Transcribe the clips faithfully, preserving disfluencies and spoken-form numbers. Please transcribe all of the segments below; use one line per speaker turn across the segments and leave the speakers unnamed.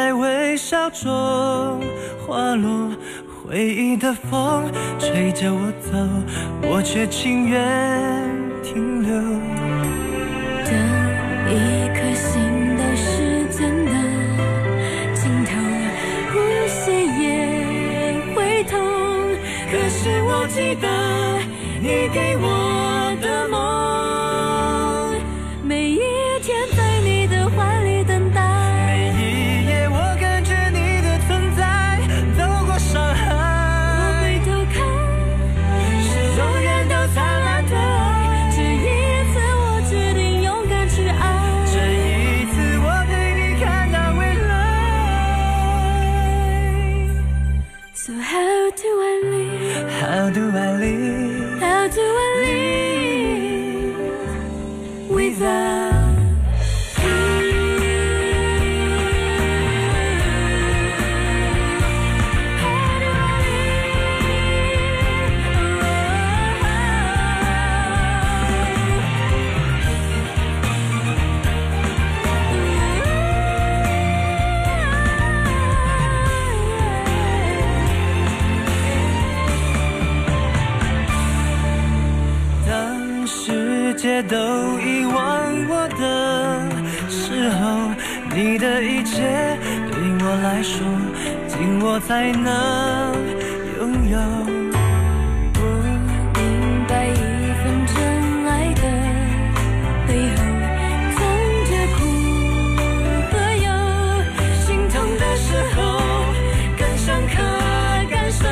在微笑中滑落，回忆的风吹着我走，我却情愿停留。
当一颗心到时间的尽头，呼吸也会痛，可是我记得你给我的梦，每一天在你的怀里等待，
每一夜我感觉你的存在，走过伤害，
我回头看是永远都灿烂的爱，这一次我决定勇敢去爱，
这一次我陪你看到未来。
So how do I live?
How do I live?
How do I live without
世界都遗忘我的时候，你的一切对我来说，仅我才能拥有。
我明白一份真爱的背后藏着苦和忧，心痛的时候更深刻感受，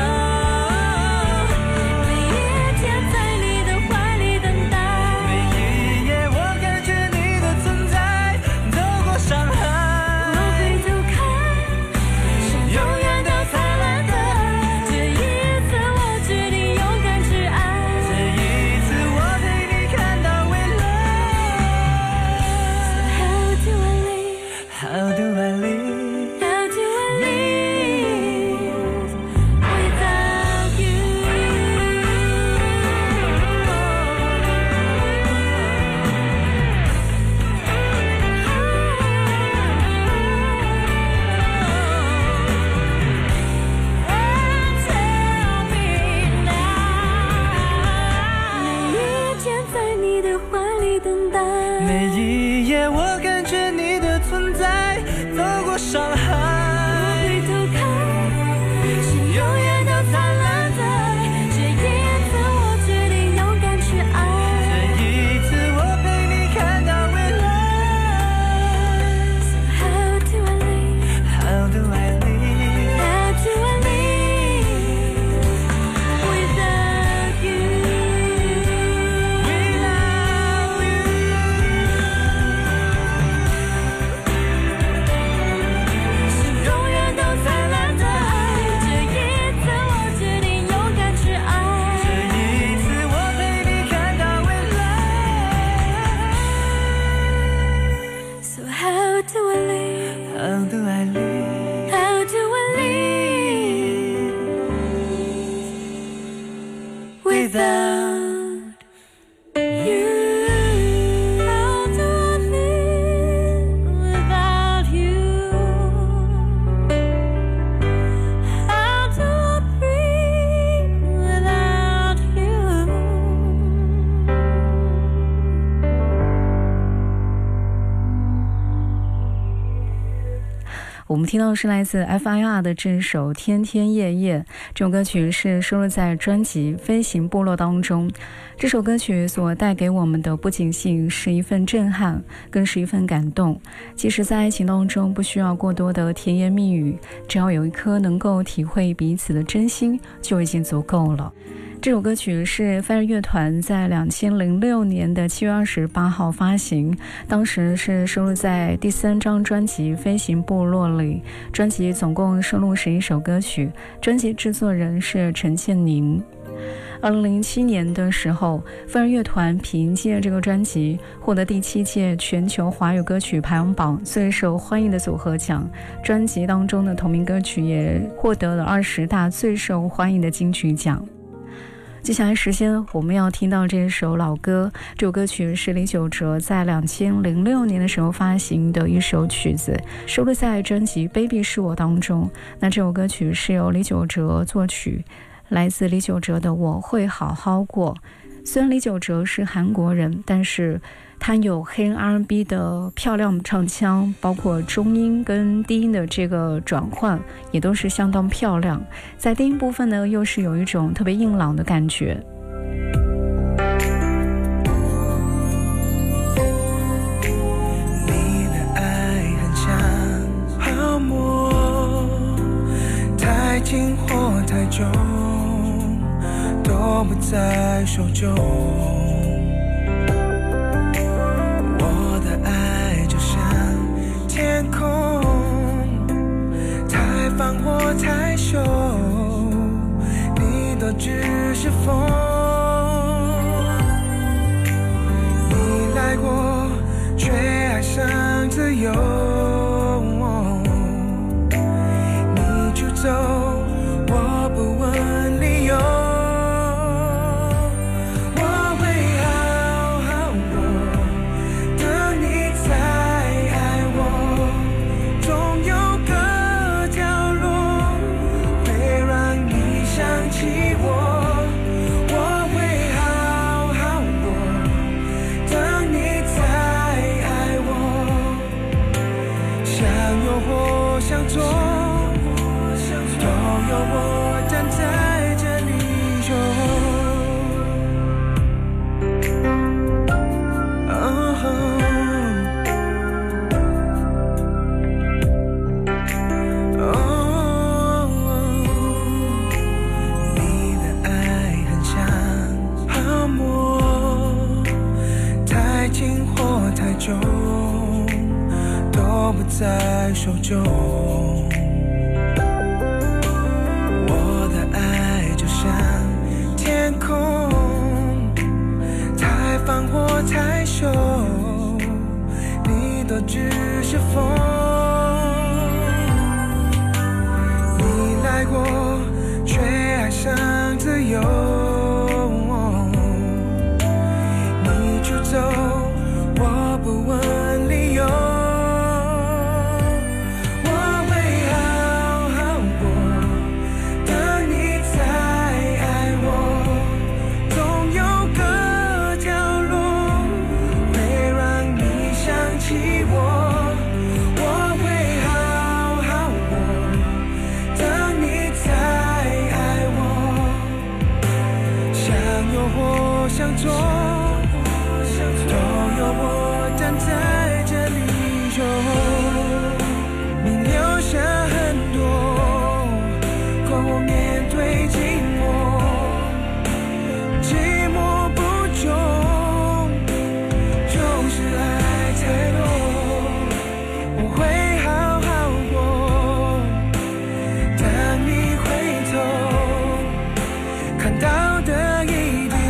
每一夜我感觉你的存在，走过伤害，
我回头看是永远都灿烂的爱，这一次我决定勇敢去爱，
这一次我陪你看到未来。
So how do I live?
How do I live?
How do I live without you?
How do I live?
How do I live without you? How do I live without you? How do I breathe without you?
我们听到的是来自 F I R 的这首《天天夜夜》，这首歌曲是收录在专辑《飞行部落》当中。这首歌曲所带给我们的不仅仅是一份震撼，更是一份感动。即使在爱情当中不需要过多的甜言蜜语，只要有一颗能够体会彼此的真心，就已经足够了。这首歌曲是飞儿乐团在两千零六年的七月二十八号发行，当时是收录在第三张专辑《飞行部落》里。专辑总共收录十一首歌曲，专辑制作人是陈建宁。二零零七年的时候，飞儿乐团凭借这个专辑获得第七届全球华语歌曲排行榜最受欢迎的组合奖，专辑当中的同名歌曲也获得了二十大最受欢迎的金曲奖。 接下来时间我们要听到这首老歌，这首歌曲是李玖哲在两千零六年的时候发行的一首曲子，收录在专辑《Baby 是我》当中。那这首歌曲是由李玖哲作曲，来自李玖哲的《我会好好过》。虽然李玖哲是韩国人，但是他有黑人 R and B 的漂亮唱腔，包括中音跟低音的这个转换也都是相当漂亮。在低音部分呢，又是有一种特别硬朗的感觉。
你的爱很像泡沫，太近或太久都不在手中。天空太放或太羞，你都只是风。你来过，却爱上自由。你就走，我不问理由。在手中，我的爱就像天空，太放或太羞，你都只是风。你来过，却爱上自由。你就走，我不问理由。相中，都有我站在这里就你留下很多，管我面对寂寞，寂寞不终，就是爱太多。我会好好过，当你回头看到的一定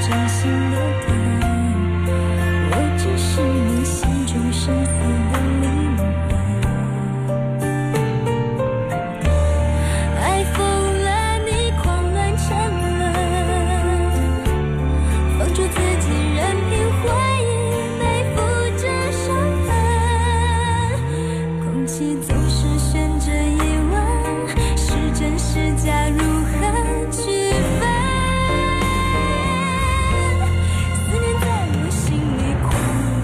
真心的疼，我只是你心中深死的灵魂。爱疯了你狂乱沉沦，放逐自己任凭回忆背负着伤痕，空气总是悬着疑问，是真是假如何区分？思念在我心里狂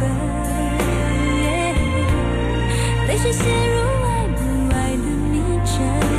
奔，泪水陷入爱不爱的迷阵。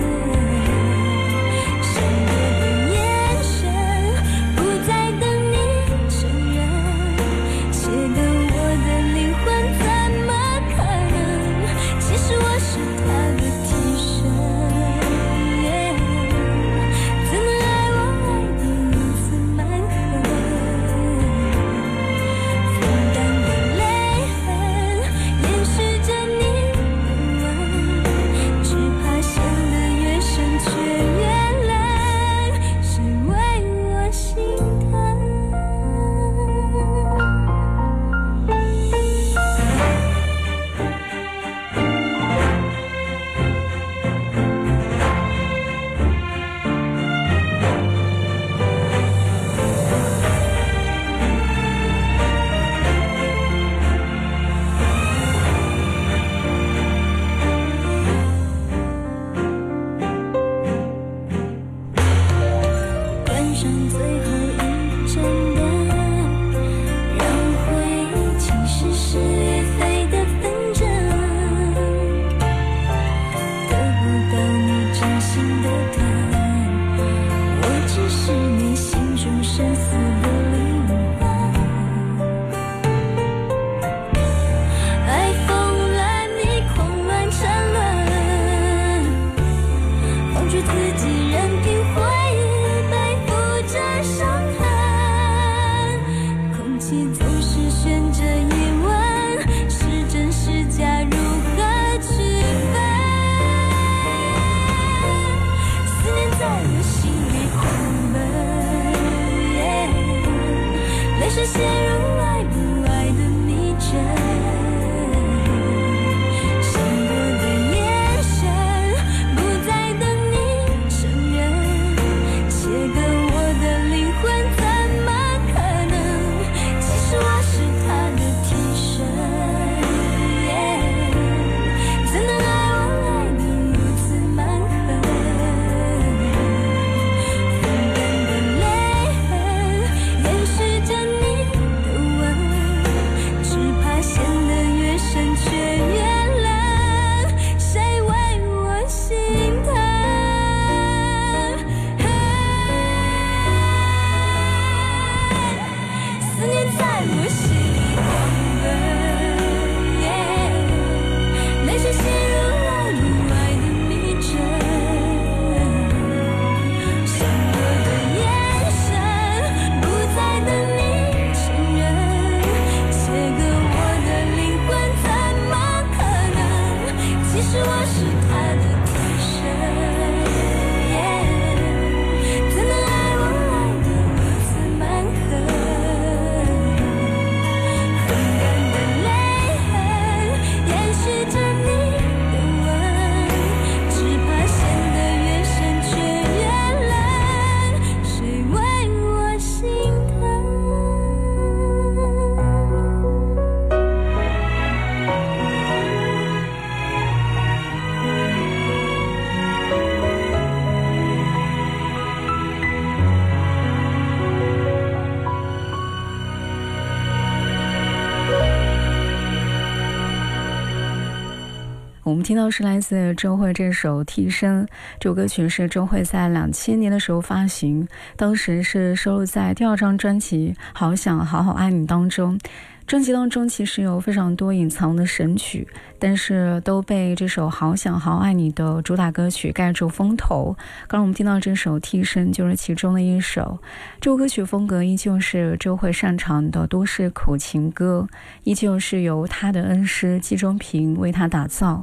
我们听到是来自周蕙这首《替身》，这首歌曲是周蕙在两千年的时候发行，当时是收录在第二张专辑《好想好好爱你》当中。专辑当中其实有非常多隐藏的神曲，但是都被这首《好想好好爱你》的主打歌曲盖住风头。刚刚我们听到这首《替身》就是其中的一首。这首歌曲风格依旧是周蕙擅长的都市苦情歌，依旧是由她的恩师季中平为她打造。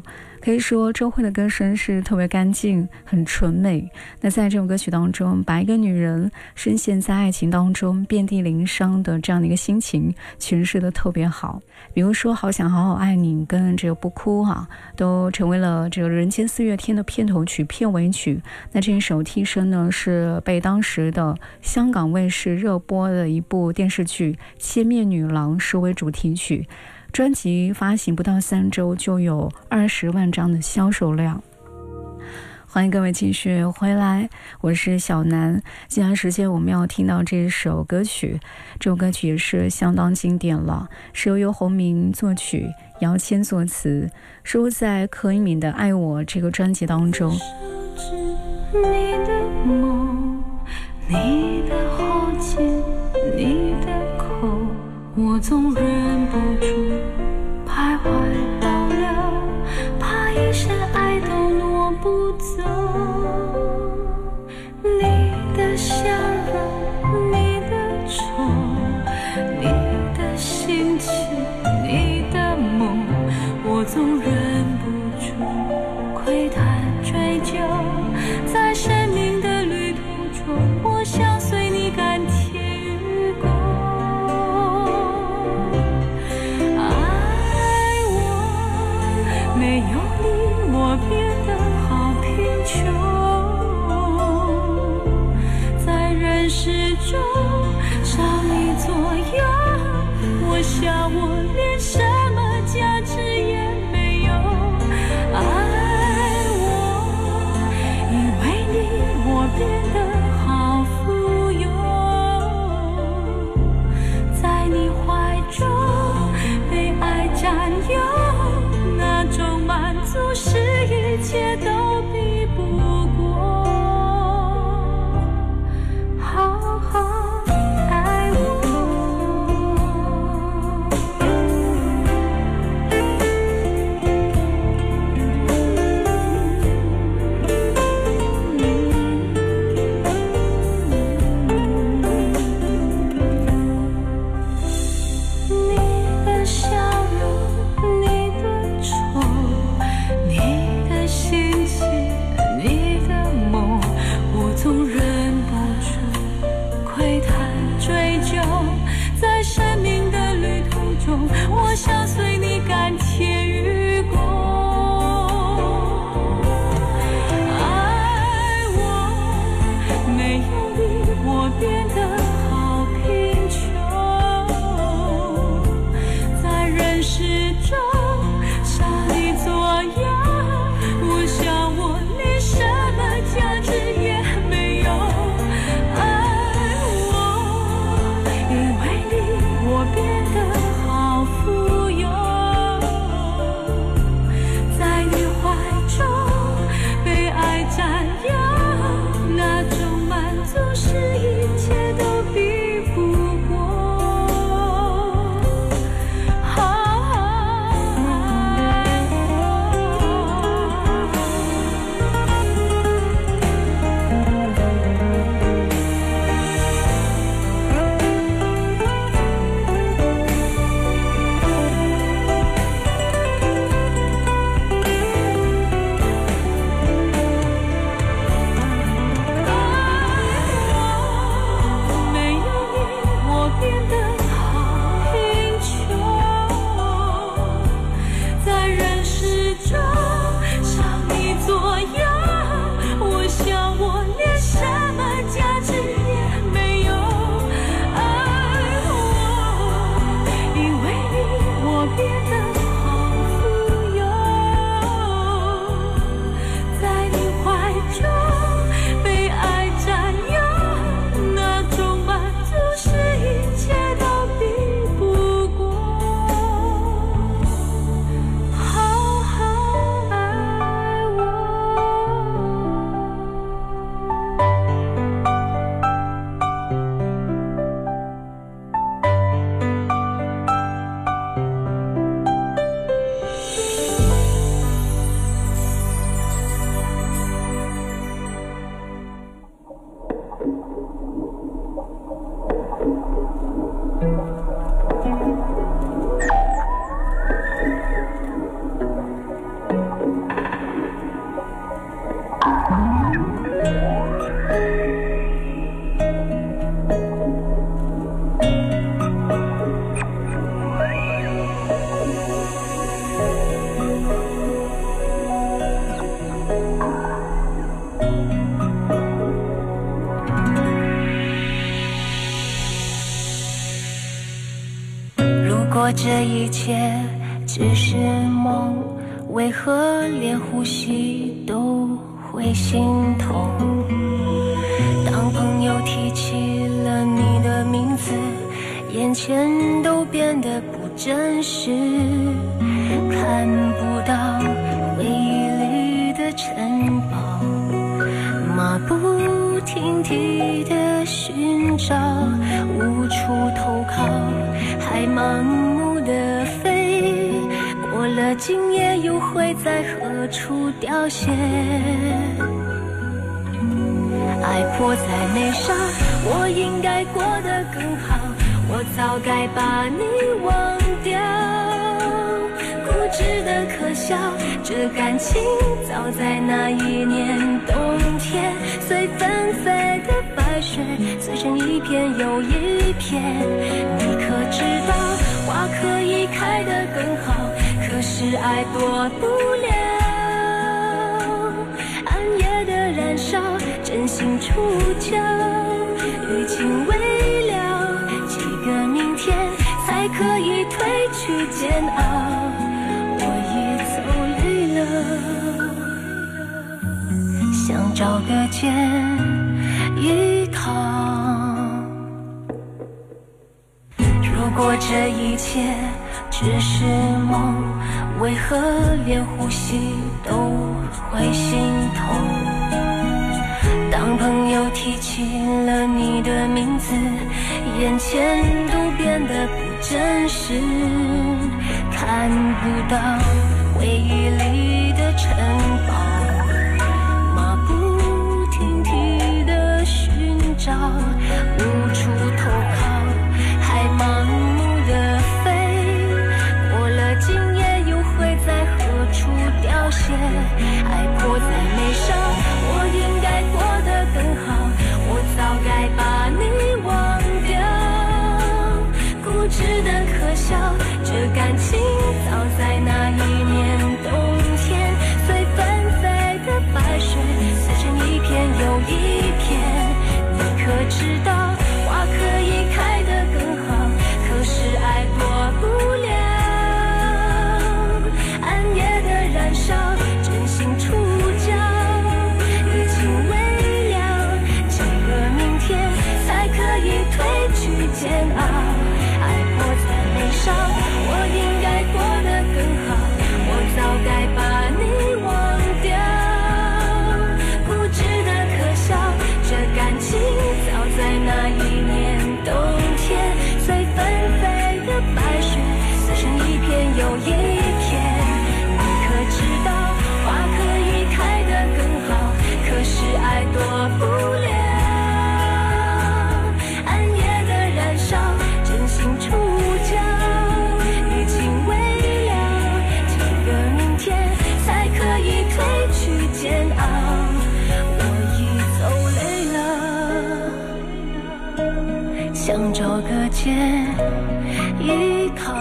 可以说周蕙的歌声是特别干净很纯美。那在这首歌曲当中，把一个女人深陷在爱情当中遍地鳞伤的这样的一个心情诠释的特别好。比如说好想好好爱你跟这个不哭啊，都成为了这个人间四月天的片头曲片尾曲。那这一首替身呢，是被当时的香港卫视热播的一部电视剧《千面女郎》视为主题曲。专辑发行不到三周就有二十万张的销售量。欢迎各位继续回来，我是小南。接下来时间我们要听到这首歌曲，这首歌曲也是相当经典了，是由游鸿明作曲，姚谦作词，收录在柯以敏的《爱我》这个专辑当中。
你的梦，你的好奇，你的口，我总忍不住徘徊到了，怕一生爱都挪不走。你的笑容，你的愁，你的心情，你的梦，我总忍不住窥探追究。在生命的旅途中，我想随你甘甜与共。爱我，没有你我变得好贫穷，在人世中少你左右，我想我连什么价值也没有。爱我变得好富有，在你怀中被爱占有，那种满足是一切都比不过。好好爱我。我想随你甘甜与共。爱我，没有你我变得好贫穷，在人世中少你左右，我想我连什么价值也没有。爱我，因为你我变得富有， 果这一切只是梦，为何连呼吸都会心痛？当朋友提起了你的名字，眼前都变得不真实，看不到回忆里的城堡，马不停蹄的寻找，无处投靠，还盲目的飞，过了今夜又会在何处凋谢？爱迫在眉梢，我应该过得更好，我早该把你忘掉。固执的可笑，这感情早在那一年冬天，随纷飞的白雪，碎成一片又一片。你可知道，花可以开得更好，可是爱躲不了暗夜的燃烧，真心触礁，余情未了，几个明天才可以褪去煎熬，我已走累了，想找个肩依靠。如果这一切只是梦，为何连呼吸都会心痛？当朋友提起了你的名字，眼前都变得不真实，看不到回忆里的城堡，马不停蹄的寻找，无处投靠，还盲目的飞，过了今夜又会在何处凋谢？爱迫在眉梢，我应该过得更好，我早该把你忘掉。固执的可笑，这感情早在那一年冬天，随纷飞的白雪，碎成一片又一片。你可知道，花可以开得更好，可是爱躲不了暗夜的燃烧，真心触礁，余情未了，几个明天才可以褪去煎熬。爱迫在眉梢，我应该过得更好，我早该把你忘掉。固执的可笑，这感情早在那一年冬天，随纷飞的白雪，碎成一片又一片。你可知道，花可以开得更好，可是爱躲不了暗夜的燃烧，真心触礁，余情未了，几个明天才可以褪去煎熬，我已走累了，想找个肩依靠。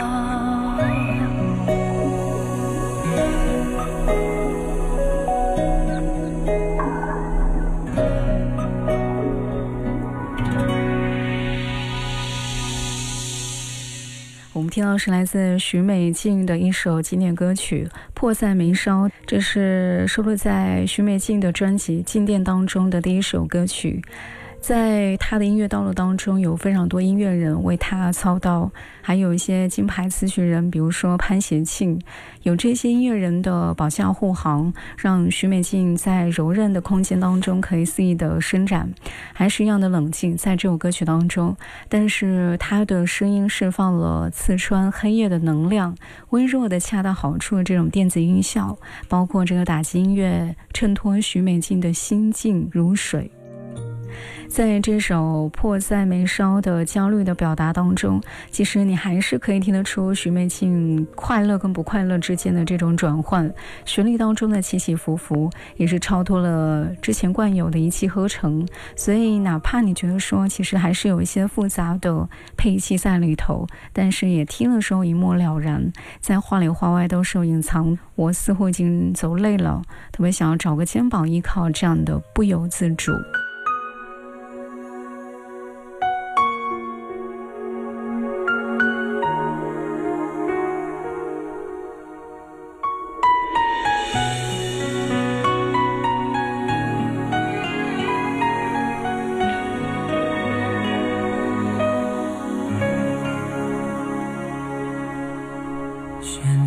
我们听到是来自许美静的一首经典歌曲《迫在眉梢》，这是收录在许美静的专辑《静电》当中的第一首歌曲。在他的音乐道路当中，有非常多音乐人为他操刀，还有一些金牌词曲人，比如说潘协庆。有这些音乐人的保驾护航，让许美静在柔韧的空间当中可以肆意的伸展，还是一样的冷静在这首歌曲当中，但是他的声音释放了刺穿黑夜的能量，微弱的恰到好处的这种电子音效，包括这个打击音乐衬托许美静的心静如水。在这首迫在眉梢的焦虑的表达当中，其实你还是可以听得出许美静快乐跟不快乐之间的这种转换，旋律当中的起起伏伏也是超脱了之前惯有的一气呵成，所以哪怕你觉得说其实还是有一些复杂的配器在里头，但是也听的时候一目了然，在话里话外都是有隐藏我似乎已经走累了，特别想要找个肩膀依靠这样的不由自主。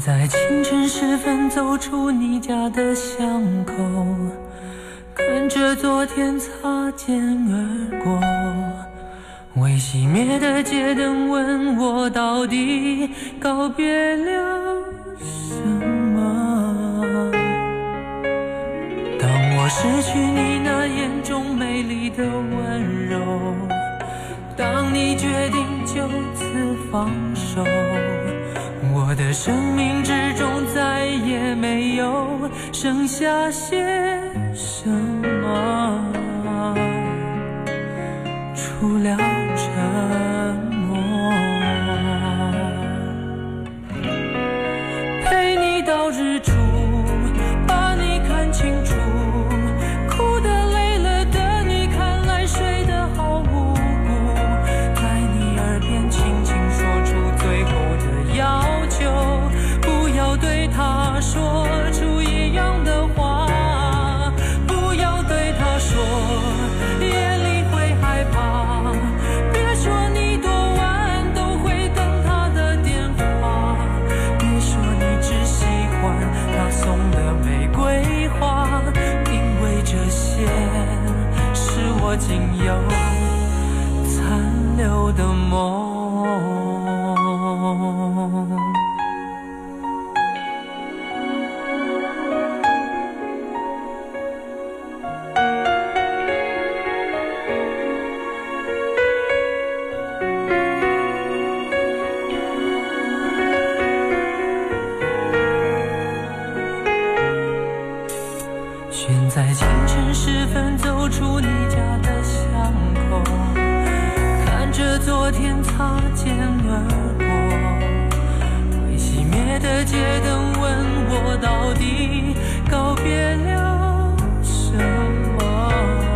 在清晨时分走出你家的巷口，看着昨天擦肩而过，未熄灭的街灯问我到底告别了什么。当我失去你那眼中美丽的温柔，当你决定就此放手，我的生命之中再也没有剩下些什么，除了沉默。陪你到日出，把你看清楚，哭得累了的你看来睡得好无辜，在你耳边轻轻说出最后的要求，不要对他说出一样的话，不要对他说夜里会害怕，别说你多晚都会等他的电话，别说你只喜欢他送的玫瑰花，因为这些是我仅有残留的梦。选在清晨时分走出你家的巷口，看着昨天擦肩而过，未熄灭的街灯问我到底告别了什么。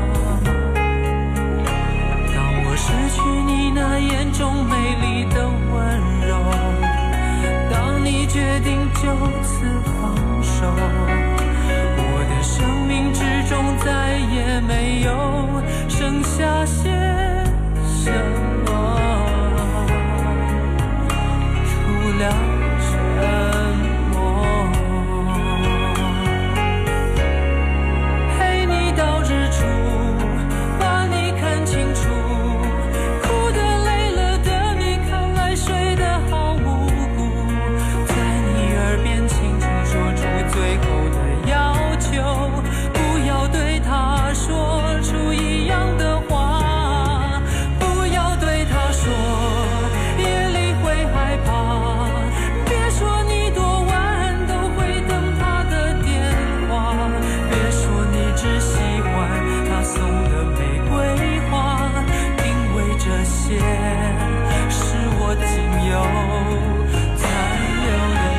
当我失去你那眼中美丽的温柔，当你决定就此放手，生命之中再也没有剩下些什么，除了沉默。陪你到日出，把你看清楚，哭得累了的你看来睡得好无辜，在你耳边轻轻说出最后的要求，不要对他说出一样的话，不要对他说夜里会害怕，别说你多晚都会等他的电话，别说你只喜欢他送的玫瑰花，因为这些是我仅有残留的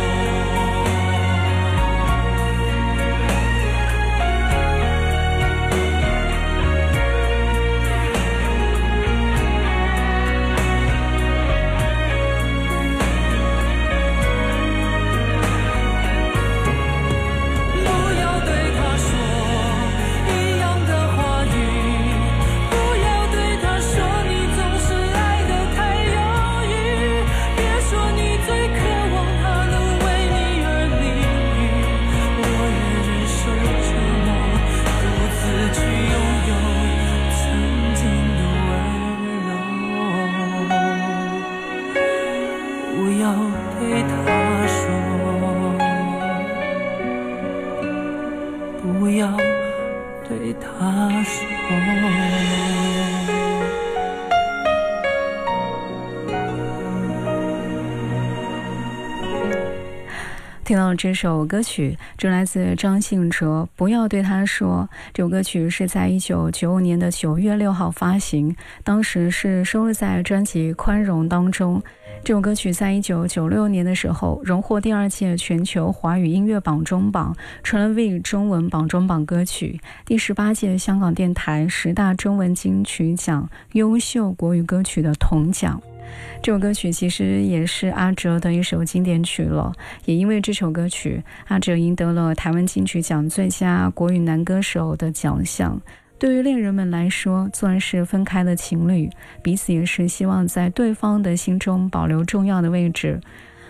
听到这首歌曲，这来自张信哲，不要对他说。这首歌曲是在一九九五年的九月六号发行，当时是收录在专辑《宽容》当中。这首歌曲在一九九六年的时候荣获第二届全球华语音乐榜中榜，成了 V 中文榜中榜歌曲，第十八届香港电台十大中文金曲奖优秀国语歌曲的铜奖。这首歌曲其实也是阿哲的一首经典曲了，也因为这首歌曲，阿哲赢得了台湾金曲奖最佳国语男歌手的奖项。对于恋人们来说，算是分开的情侣，彼此也是希望在对方的心中保留重要的位置。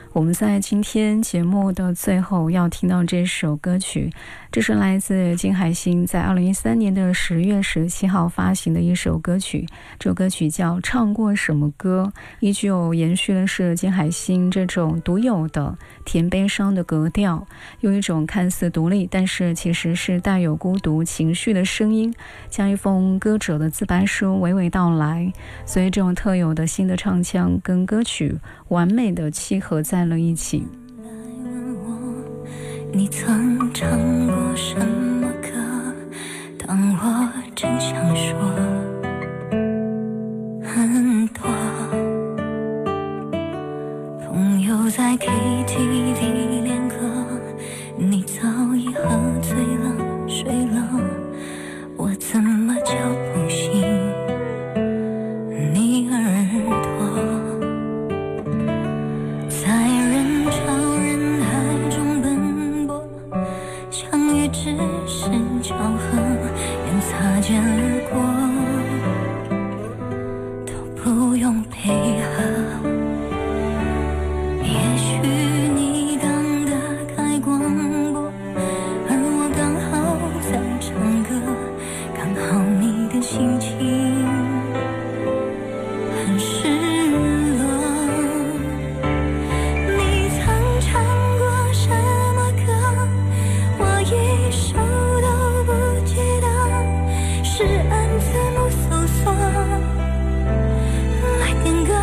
我们在今天节目的最后要听到这首歌曲，这是来自金海心在二零一三年的十月十七号发行的一首歌曲。这首歌曲叫《唱过什么歌》，依旧延续的是金海心这种独有的甜悲伤的格调，用一种看似独立但是其实是带有孤独情绪的声音，将一封歌者的自白书娓娓道来，所以这种特有的新的唱腔跟歌曲完美的契合在了一起。
你曾唱过什么歌？当我真想说很多，朋友在 K T V 练歌，你早已喝醉了睡了，我怎么叫不醒你耳朵？在人潮人海中奔波，相遇只是巧合，连擦肩而过都不用配合。也许你刚打开广播，而我刚好在唱歌，刚好你的心情很失落。你曾唱过什么歌？我一首都不记得，是按字幕搜索来点歌。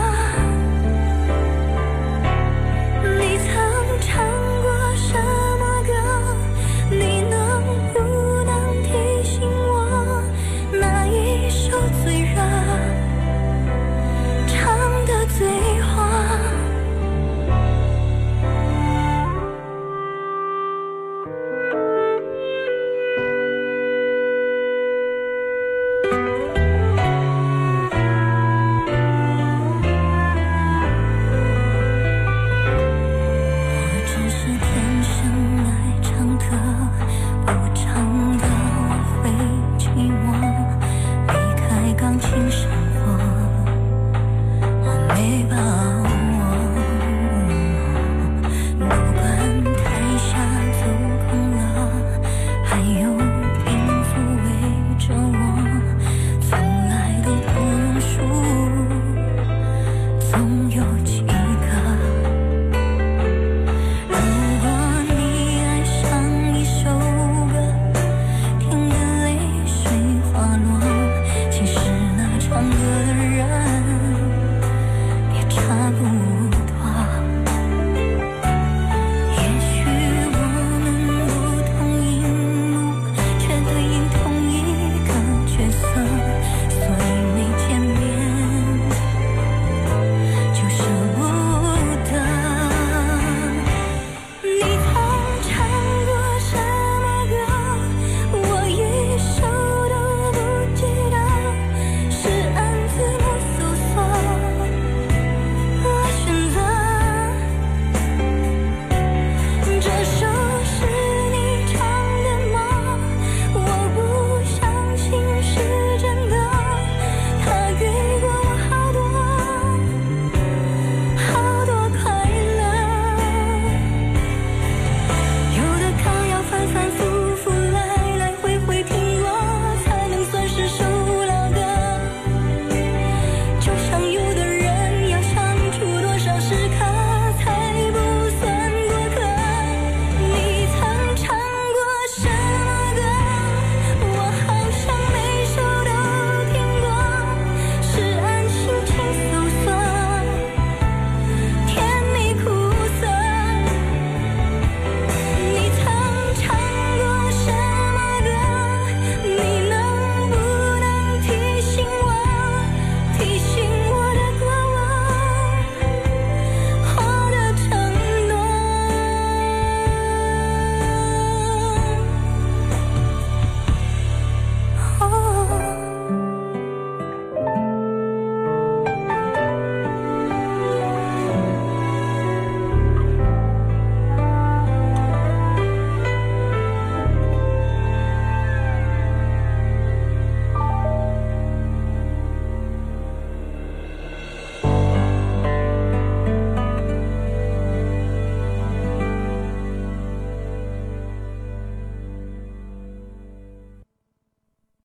你曾唱过什么歌？你能不能提醒我，哪一首最热，唱得最花？我只是天生爱唱的，不唱的我会寂寞。离开钢琴生活，我没把握。不管台下走空了，还有音符围着我，从来都不用数，总有几